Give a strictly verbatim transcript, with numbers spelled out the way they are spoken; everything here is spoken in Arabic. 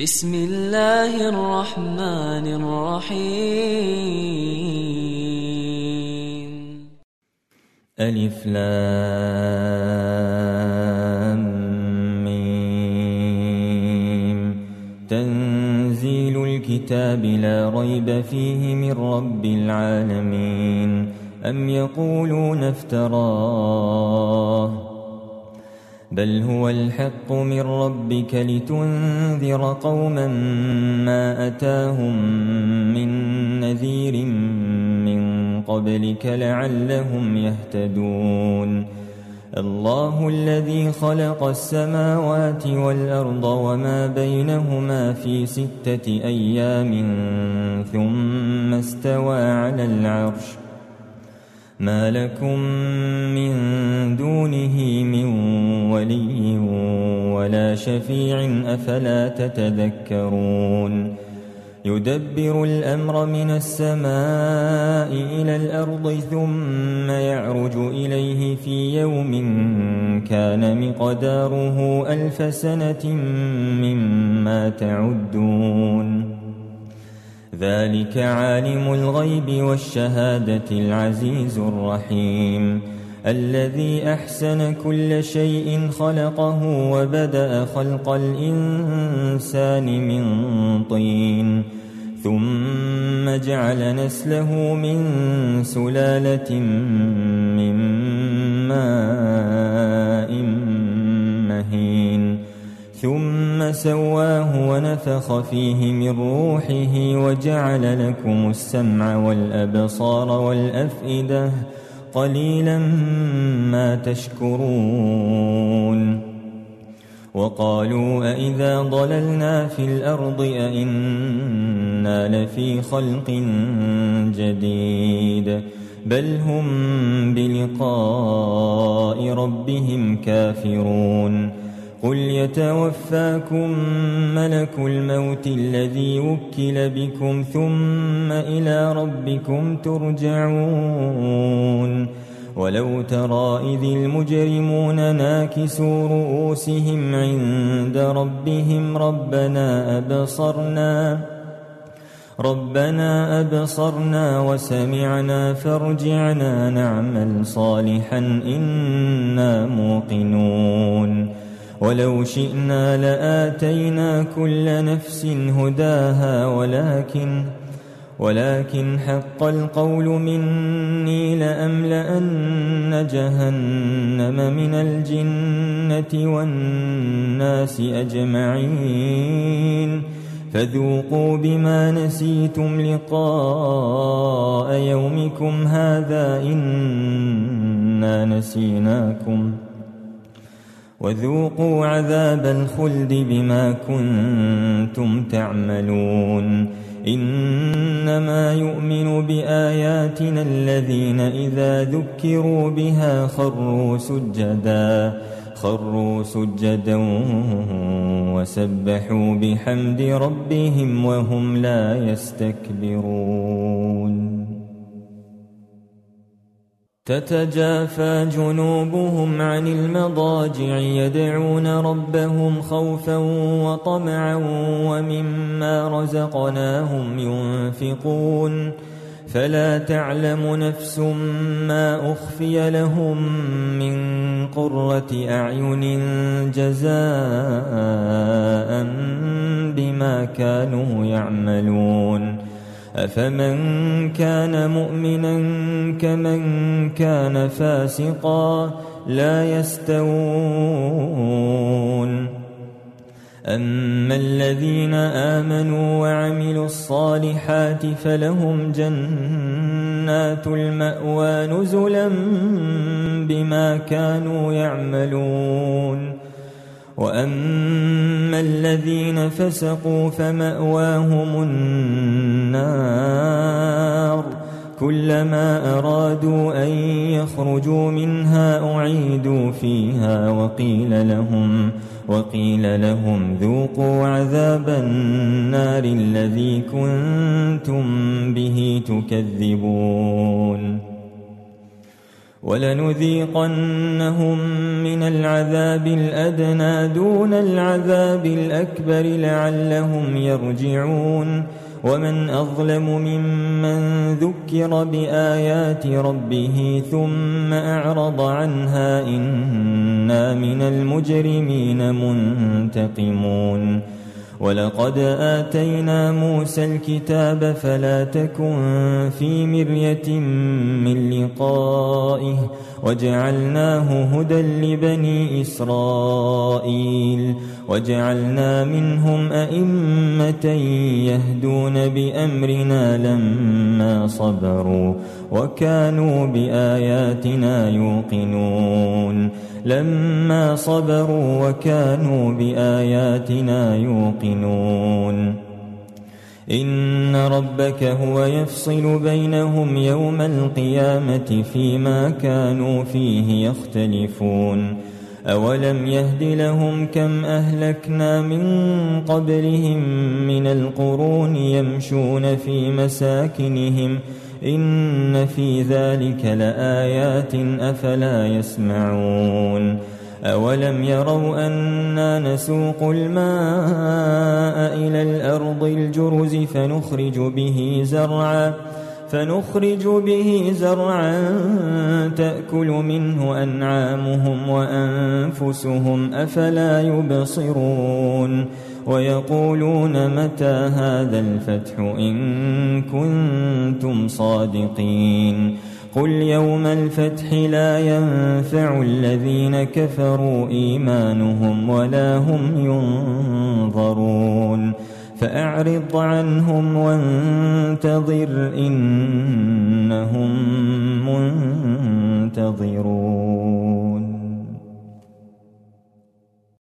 بسم الله الرحمن الرحيم. ألف لام ميم. تنزيل الكتاب لا ريب فيه من رب العالمين. أم يقولون افتراه بل هو الحق من ربك لتنذر قوما ما أتاهم من نذير من قبلك لعلهم يهتدون. الله الذي خلق السماوات والأرض وما بينهما في ستة أيام ثم استوى على العرش ما لكم من دونه من ولي ولا شفيع أفلا تتذكرون. يدبر الأمر من السماء إلى الأرض ثم يعرج إليه في يوم كان مقداره ألف سنة مما تعدون. ذلك عالم الغيب والشهادة العزيز الرحيم. الذي أحسن كل شيء خلقه وبدأ خلق الإنسان من طين ثم جعل نسله من سلالة من ماء مهين ثم سواه ونفخ فيه من روحه وجعل لكم السمع والأبصار والأفئدة قليلا ما تشكرون. وقالوا أئذا ضللنا في الأرض أئنا لفي خلق جديد بل هم بلقاء ربهم كافرون. قل يتوفاكم ملك الموت الذي وكل بكم ثم إلى ربكم ترجعون. ولو ترى إذ المجرمون ناكسوا رؤوسهم عند ربهم ربنا أبصرنا ربنا أبصرنا وسمعنا فارجعنا نعمل صالحا إنا موقنون. ولو شئنا لآتينا كل نفس هداها ولكن ولكن حق القول مني لأملأن جهنم من الجنة والناس أجمعين. فذوقوا بما نسيتم لقاء يومكم هذا إنا نسيناكم وذوقوا عذاب الخلد بما كنتم تعملون. إنما يؤمن بآياتنا الذين إذا ذكروا بها خروا سجدا خروا سجدا وسبحوا بحمد ربهم وهم لا يستكبرون. تتجافى جنوبهم عن المضاجع يدعون ربهم خوفا وطمعا ومما رزقناهم ينفقون. فلا تعلم نفس ما أخفي لهم من قرة أعين جزاء بما كانوا يعملون. أفمن كان مؤمنا كمن كان فاسقا لا يستوون. أما الذين آمنوا وعملوا الصالحات فلهم جنات المأوى نزلا بما كانوا يعملون. وأما الذين فسقوا فمأواهم النار كلما أرادوا أن يخرجوا منها أعيدوا فيها وقيل لهم وقيل لهم ذوقوا عذاب النار الذي كنتم به تكذبون. ولنذيقنهم من العذاب الأدنى دون العذاب الأكبر لعلهم يرجعون ومن أظلم ممن ذكر بآيات ربه ثم أعرض عنها إنا من المجرمين منتقمون ولقد آتينا موسى الكتاب فلا تكن في مرية من لقائه وجعلناه هدى لبني إسرائيل وجعلنا منهم أئمة يهدون بأمرنا لما صبروا وكانوا بآياتنا يوقنون لما صبروا وكانوا بآياتنا يوقنون إن ربك هو يفصل بينهم يوم القيامة فيما كانوا فيه يختلفون أولم يهد لهم كم أهلكنا من قبلهم من القرون يمشون في مساكنهم إن في ذلك لآيات أفلا يسمعون أولم يروا أنا نسوق الماء إلى الأرض الجرز فنخرج به زرعا فنخرج به زرعا تأكل منه أنعامهم وأنفسهم أفلا يبصرون ويقولون متى هذا الفتح إن كنتم صادقين قل يوم الفتح لا ينفع الذين كفروا إيمانهم ولا هم ينظرون فأعرض عنهم وانتظر إنهم منتظرون